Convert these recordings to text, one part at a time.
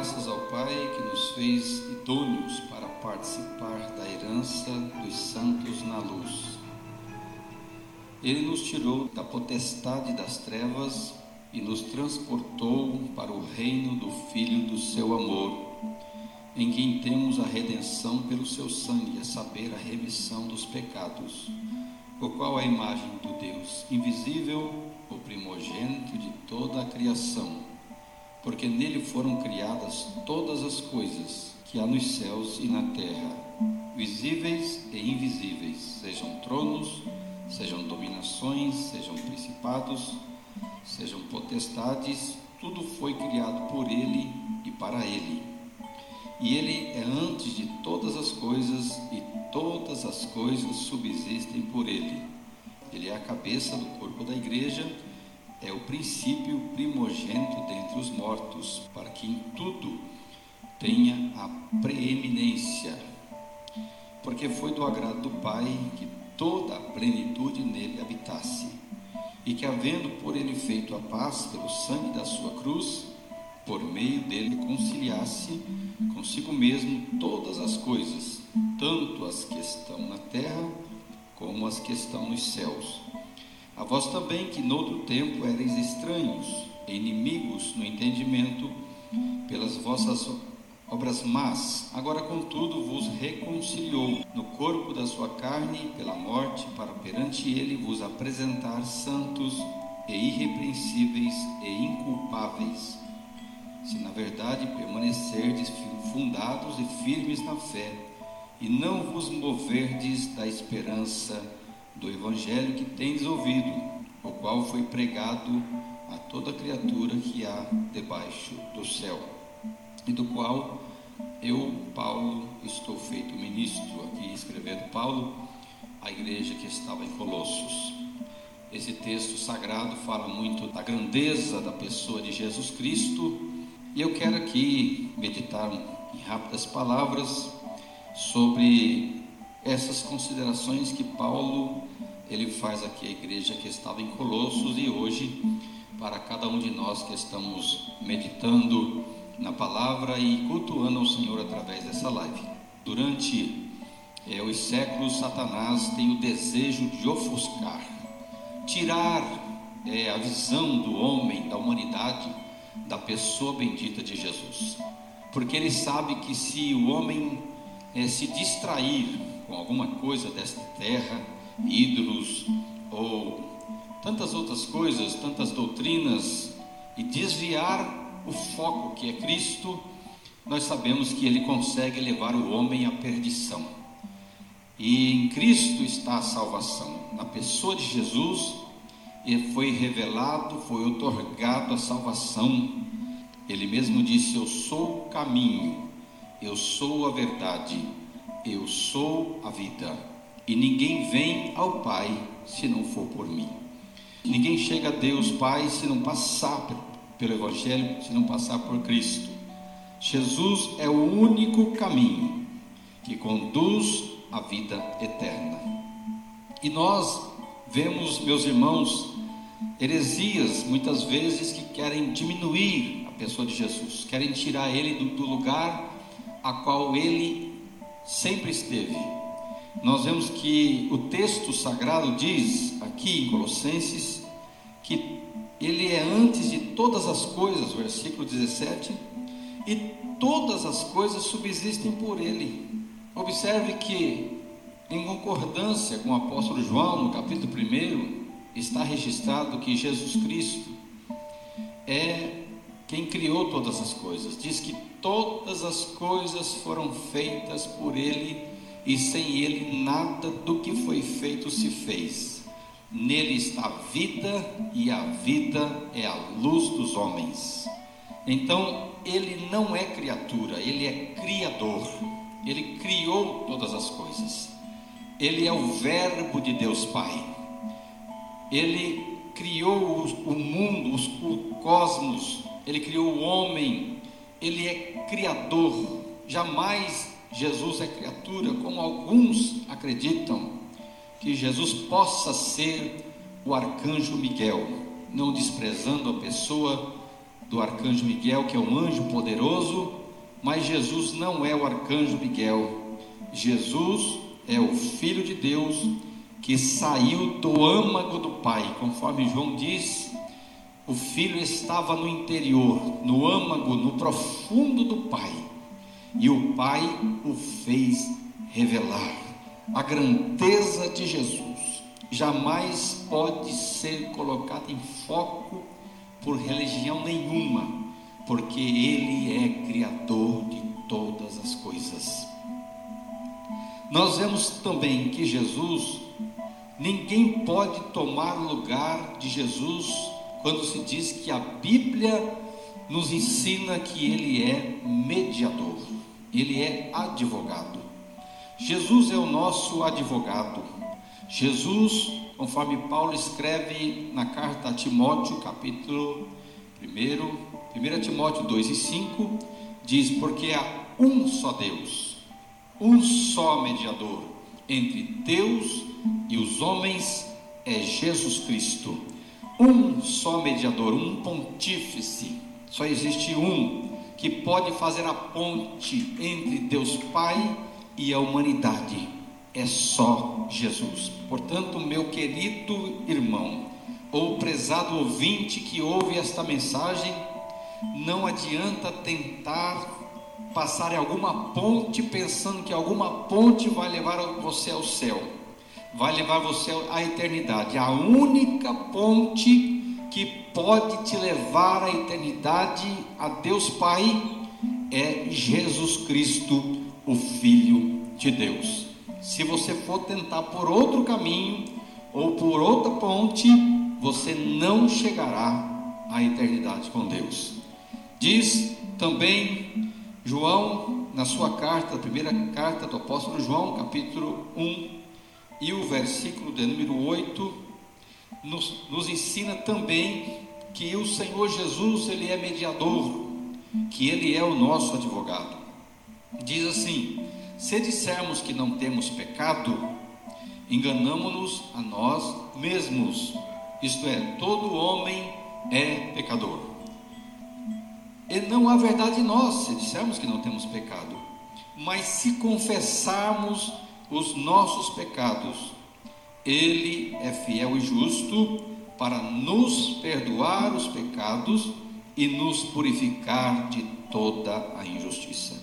graças ao Pai que nos fez idôneos para participar da herança dos santos na luz. Ele nos tirou da potestade das trevas e nos transportou para o reino do Filho do seu amor, em quem temos a redenção pelo seu sangue, a saber, a remissão dos pecados, o qual é a imagem do Deus invisível, o primogênito de toda a criação, porque nele foram criadas todas as coisas que há nos céus e na terra, visíveis e invisíveis, sejam tronos, sejam dominações, sejam principados, sejam potestades, tudo foi criado por ele e para ele. E ele é antes de todas as coisas, e todas as coisas subsistem por ele. Ele é a cabeça do corpo da igreja, é o princípio primogênito dentre os mortos, para que em tudo tenha a preeminência. Porque foi do agrado do Pai que toda a plenitude nele habitasse, e que, havendo por ele feito a paz pelo sangue da sua cruz, por meio dele reconciliasse consigo mesmo todas as coisas, tanto as que estão na terra como as que estão nos céus. A vós também, que noutro tempo erais estranhos e inimigos no entendimento pelas vossas obras más, agora contudo vos reconciliou no corpo da sua carne pela morte, para perante ele vos apresentar santos e irrepreensíveis e inculpáveis, se na verdade permanecerdes fundados e firmes na fé, e não vos moverdes da esperança do Evangelho que tendes ouvido, o qual foi pregado a toda criatura que há debaixo do céu, e do qual eu, Paulo, estou feito ministro, aqui escrevendo Paulo, a igreja que estava em Colossos. Esse texto sagrado fala muito da grandeza da pessoa de Jesus Cristo, e eu quero aqui meditar em rápidas palavras sobre essas considerações que Paulo ele faz aqui à igreja que estava em Colossos, e hoje para cada um de nós que estamos meditando na palavra e cultuando ao Senhor através dessa live. Durante os séculos, Satanás tem o desejo de ofuscar, tirar a visão do homem, da humanidade, da pessoa bendita de Jesus, porque ele sabe que se o homem se distrair com alguma coisa desta terra, ídolos ou tantas outras coisas, tantas doutrinas, e desviar o foco que é Cristo, nós sabemos que ele consegue levar o homem à perdição. E em Cristo está a salvação, na pessoa de Jesus. E foi revelado, foi otorgado a salvação. Ele mesmo disse: eu sou o caminho, eu sou a verdade, eu sou a vida, e ninguém vem ao Pai se não for por mim. Ninguém chega a Deus Pai se não passar pelo Evangelho, se não passar por Cristo. Jesus é o único caminho que conduz à vida eterna. E nós vemos, meus irmãos, heresias muitas vezes que querem diminuir a pessoa de Jesus, querem tirar ele do lugar a qual ele sempre esteve. Nós vemos que o texto sagrado diz aqui em Colossenses que ele é antes de todas as coisas, versículo 17, e todas as coisas subsistem por ele. Observe que, em concordância com o apóstolo João, no capítulo 1, está registrado que Jesus Cristo é quem criou todas as coisas. Diz que todas as coisas foram feitas por ele, e sem ele nada do que foi feito se fez. Nele está a vida, e a vida é a luz dos homens. Então ele não é criatura, ele é criador. Ele criou todas as coisas. Ele é o verbo de Deus Pai. Ele criou o mundo, o cosmos. Ele criou o homem. Ele é criador. Jamais Jesus é criatura, como alguns acreditam que Jesus possa ser o arcanjo Miguel, não desprezando a pessoa do arcanjo Miguel, que é um anjo poderoso, mas Jesus não é o arcanjo Miguel. Jesus é o Filho de Deus que saiu do âmago do Pai. Conforme João diz, o Filho estava no interior, no âmago, no profundo do Pai, e o Pai o fez revelar. A grandeza de Jesus jamais pode ser colocada em foco por religião nenhuma, porque Ele é Criador de todas as coisas. Nós vemos também que Jesus, ninguém pode tomar o lugar de Jesus, quando se diz que a Bíblia nos ensina que Ele é mediador, Ele é advogado. Jesus é o nosso advogado. Jesus, conforme Paulo escreve na carta a Timóteo, capítulo 1 Timóteo 2 e 5, diz: porque há um só Deus, um só mediador entre Deus e os homens, é Jesus Cristo. Um só mediador, um pontífice. Só existe um que pode fazer a ponte entre Deus Pai e a humanidade. É só Jesus. Portanto, meu querido irmão, ou prezado ouvinte que ouve esta mensagem, não adianta tentar passar em alguma ponte pensando que alguma ponte vai levar você ao céu, vai levar você à eternidade. A única ponte que pode te levar à eternidade, a Deus Pai, é Jesus Cristo, o Filho de Deus. Se você for tentar por outro caminho ou por outra ponte, você não chegará à eternidade com Deus. Diz também João, na sua carta, a primeira carta do apóstolo João, capítulo 1, e o versículo de número 8, nos ensina também que o Senhor Jesus, Ele é mediador, que Ele é o nosso advogado. Diz assim: se dissermos que não temos pecado, enganamo-nos a nós mesmos, isto é, todo homem é pecador. E não há verdade em nós, se dissermos que não temos pecado. Mas se confessarmos os nossos pecados, Ele é fiel e justo para nos perdoar os pecados e nos purificar de toda a injustiça.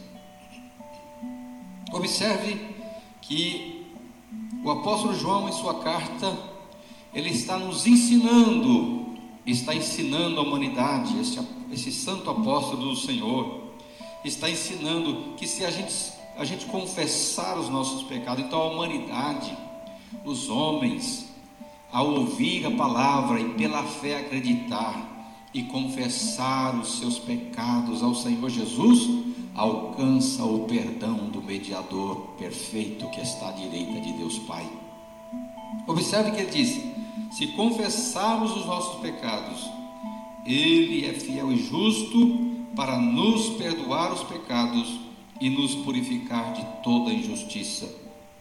Observe que o apóstolo João, em sua carta, ele está nos ensinando, está ensinando a humanidade, esse santo apóstolo do Senhor, está ensinando que se a gente confessar os nossos pecados, então a humanidade, os homens, ao ouvir a palavra e pela fé acreditar e confessar os seus pecados ao Senhor Jesus, alcança o perdão do mediador perfeito que está à direita de Deus Pai. Observe que ele diz: se confessarmos os nossos pecados, Ele é fiel e justo para nos perdoar os pecados e nos purificar de toda injustiça.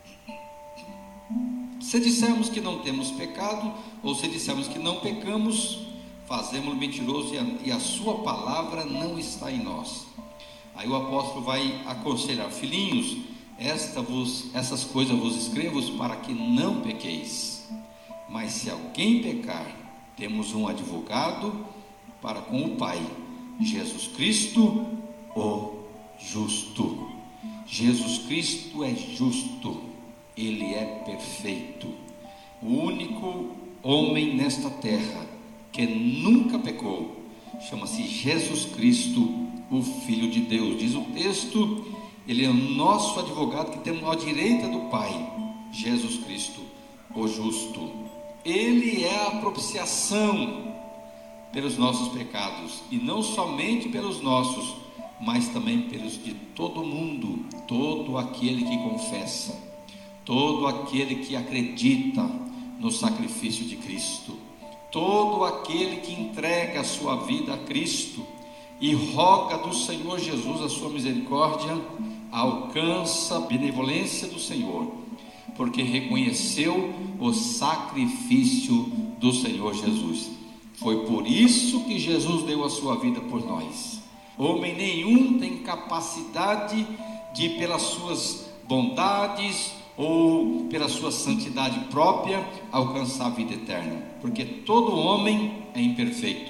Se dissermos que não temos pecado, ou se dissermos que não pecamos, fazemos-lo mentiroso e a sua palavra não está em nós. Aí o apóstolo vai aconselhar: filhinhos, essas coisas vos escrevo para que não pequeis. Mas se alguém pecar, temos um advogado para com o Pai, Jesus Cristo, o justo. Jesus Cristo é justo, Ele é perfeito. O único homem nesta terra que nunca pecou chama-se Jesus Cristo, o Filho de Deus. Diz o texto, Ele é o nosso advogado que temos à direita do Pai, Jesus Cristo, o justo. Ele é a propiciação pelos nossos pecados, e não somente pelos nossos, mas também pelos de todo mundo, todo aquele que confessa, todo aquele que acredita no sacrifício de Cristo, todo aquele que entrega a sua vida a Cristo e roga do Senhor Jesus a sua misericórdia, alcança a benevolência do Senhor, porque reconheceu o sacrifício do Senhor Jesus. Foi por isso que Jesus deu a sua vida por nós. Homem nenhum tem capacidade de, pelas suas bondades ou pela sua santidade própria, alcançar a vida eterna, porque todo homem é imperfeito.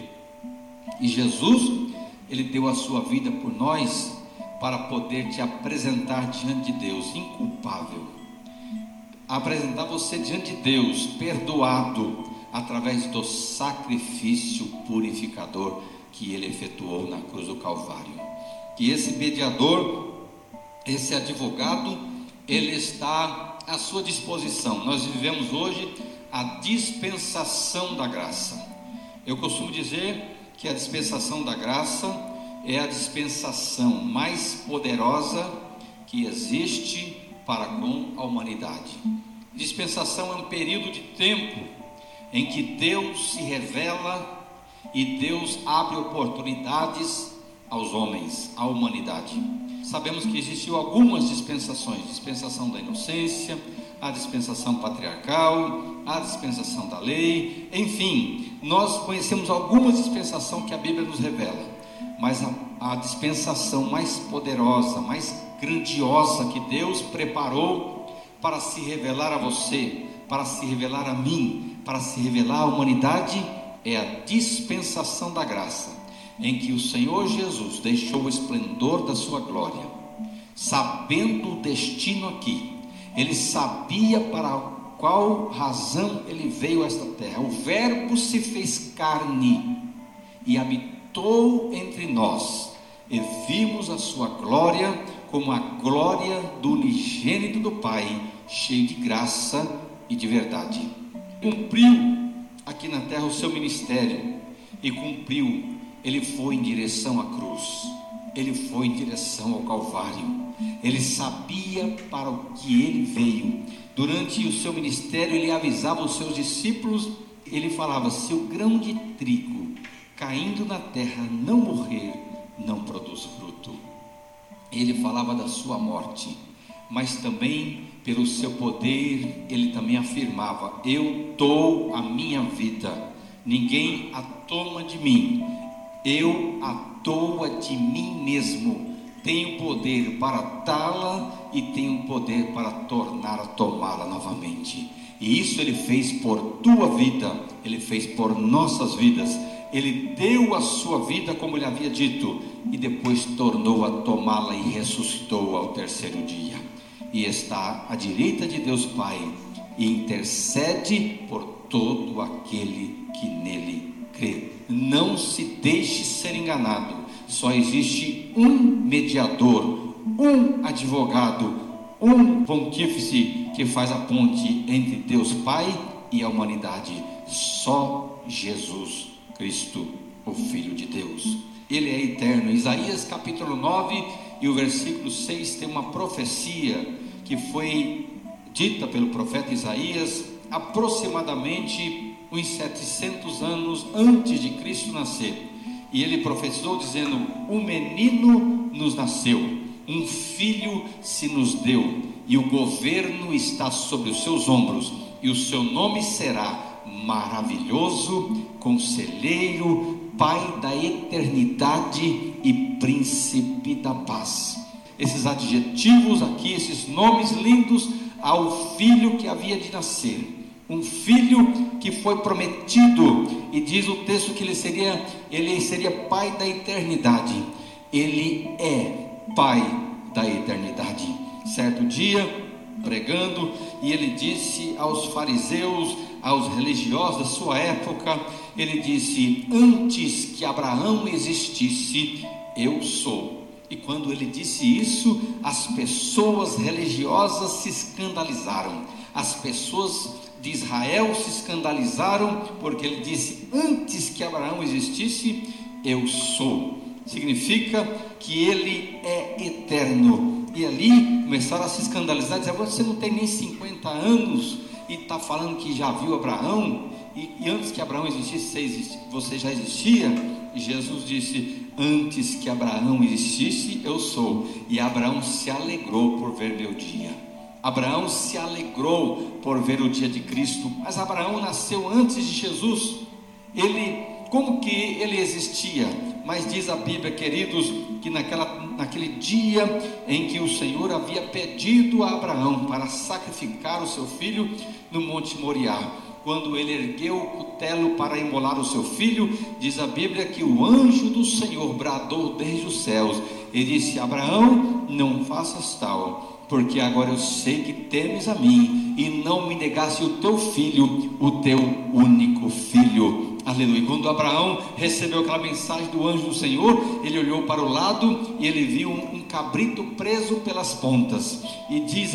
E Jesus, ele deu a sua vida por nós para poder te apresentar diante de Deus inculpável, apresentar você diante de Deus perdoado, através do sacrifício purificador que ele efetuou na cruz do Calvário. Que esse mediador, esse advogado, ele está à sua disposição. Nós vivemos hoje a dispensação da graça. Eu costumo dizer que a dispensação da graça é a dispensação mais poderosa que existe para com a humanidade. Dispensação é um período de tempo em que Deus se revela e Deus abre oportunidades aos homens, à humanidade. Sabemos que existiu algumas dispensações: dispensação da inocência, a dispensação patriarcal, a dispensação da lei, enfim, nós conhecemos algumas dispensações que a Bíblia nos revela, mas a dispensação mais poderosa, mais grandiosa que Deus preparou para se revelar a você, para se revelar a mim, para se revelar à humanidade, é a dispensação da graça, em que o Senhor Jesus deixou o esplendor da sua glória, sabendo o destino aqui. Ele sabia para qual razão ele veio a esta terra. O Verbo se fez carne e habitou entre nós, e vimos a sua glória como a glória do unigênito do Pai, cheio de graça e de verdade. Cumpriu aqui na terra o seu ministério, e cumpriu. Ele foi em direção à cruz, ele foi em direção ao Calvário. Ele sabia para o que ele veio. Durante o seu ministério, ele avisava os seus discípulos. Ele falava: se o grão de trigo caindo na terra não morrer, não produz fruto. Ele falava da sua morte, mas também pelo seu poder, ele também afirmava: eu dou a minha vida, ninguém a toma de mim, eu a dou de mim mesmo. Tenho poder para dá-la e tenho poder para tornar a tomá-la novamente. E isso ele fez por tua vida, ele fez por nossas vidas. Ele deu a sua vida, como ele havia dito, e depois tornou a tomá-la e ressuscitou ao terceiro dia. E está à direita de Deus Pai, e intercede por todo aquele que nele crê. Não se deixe ser enganado. Só existe um mediador, um advogado, um pontífice que faz a ponte entre Deus Pai e a humanidade. Só Jesus Cristo, o Filho de Deus. Ele é eterno. Isaías capítulo 9 e o versículo 6 tem uma profecia que foi dita pelo profeta Isaías aproximadamente uns 700 anos antes de Cristo nascer. E ele profetizou dizendo: um menino nos nasceu, um filho se nos deu, e o governo está sobre os seus ombros, e o seu nome será Maravilhoso, Conselheiro, Pai da eternidade e Príncipe da paz. Esses adjetivos aqui, esses nomes lindos ao filho que havia de nascer. Um filho que foi prometido, e diz o texto que ele seria pai da eternidade. Ele é pai da eternidade. Certo dia, pregando, e ele disse aos fariseus, aos religiosos da sua época, ele disse: antes que Abraão existisse, eu sou. E quando ele disse isso, as pessoas religiosas se escandalizaram. As pessoas de Israel se escandalizaram, porque ele disse: antes que Abraão existisse, eu sou. Significa que ele é eterno. E ali começaram a se escandalizar, dizer: você não tem nem 50 anos e está falando que já viu Abraão, e antes que Abraão existisse, você já existia? E Jesus disse: antes que Abraão existisse, eu sou. E Abraão se alegrou por ver meu dia. Abraão se alegrou por ver o dia de Cristo. Mas Abraão nasceu antes de Jesus. Ele como que ele existia? Mas diz a Bíblia, queridos, que naquele dia em que o Senhor havia pedido a Abraão para sacrificar o seu filho no Monte Moriá, quando ele ergueu o cutelo para imolar o seu filho, diz a Bíblia que o anjo do Senhor bradou desde os céus e disse: Abraão, não faças tal, porque agora eu sei que temes a mim e não me negaste o teu filho, o teu único filho. Aleluia. Quando Abraão recebeu aquela mensagem do anjo do Senhor, ele olhou para o lado e ele viu um cabrito preso pelas pontas, e diz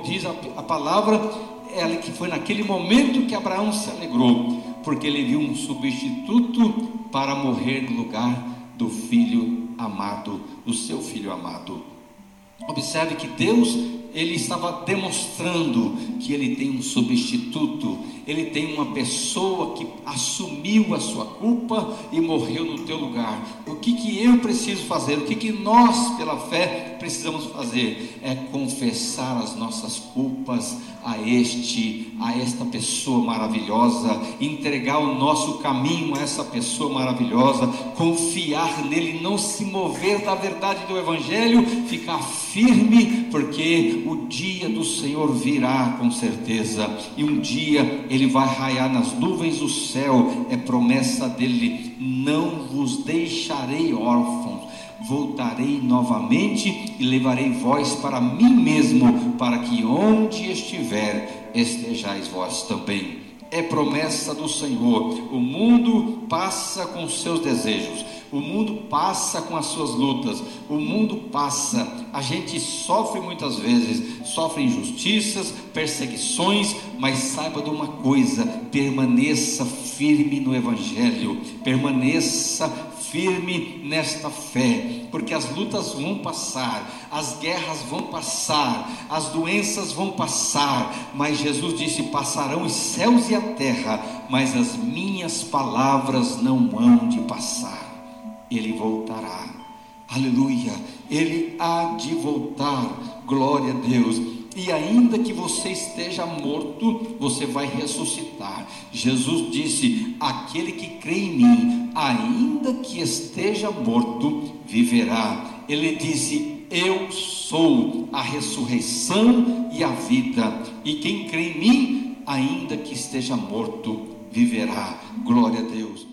a palavra que foi naquele momento que Abraão se alegrou, porque ele viu um substituto para morrer no lugar do filho amado, do seu filho amado. Observe que Deus, ele estava demonstrando que ele tem um substituto, ele tem uma pessoa que assumiu a sua culpa e morreu no teu lugar. O que eu preciso fazer? O que nós, pela fé, precisamos fazer? É confessar as nossas culpas a esta pessoa maravilhosa, entregar o nosso caminho a essa pessoa maravilhosa, confiar nele, não se mover da verdade do Evangelho, ficar firme, porque o dia do Senhor virá com certeza, e um dia ele vai raiar nas nuvens do céu. É promessa dele: não vos deixarei órfãos, voltarei novamente e levarei vós para mim mesmo, para que onde estiver, estejais vós também. É promessa do Senhor. O mundo passa com os seus desejos, o mundo passa com as suas lutas, o mundo passa, a gente sofre muitas vezes, sofre injustiças, perseguições, mas saiba de uma coisa: permaneça firme no Evangelho, permaneça firme nesta fé, porque as lutas vão passar, as guerras vão passar, as doenças vão passar, mas Jesus disse: passarão os céus e a terra, mas as minhas palavras não hão de passar. Ele voltará, aleluia, ele há de voltar, glória a Deus. E ainda que você esteja morto, você vai ressuscitar. Jesus disse: aquele que crê em mim, ainda que esteja morto, viverá. Ele disse: eu sou a ressurreição e a vida, e quem crê em mim, ainda que esteja morto, viverá. Glória a Deus.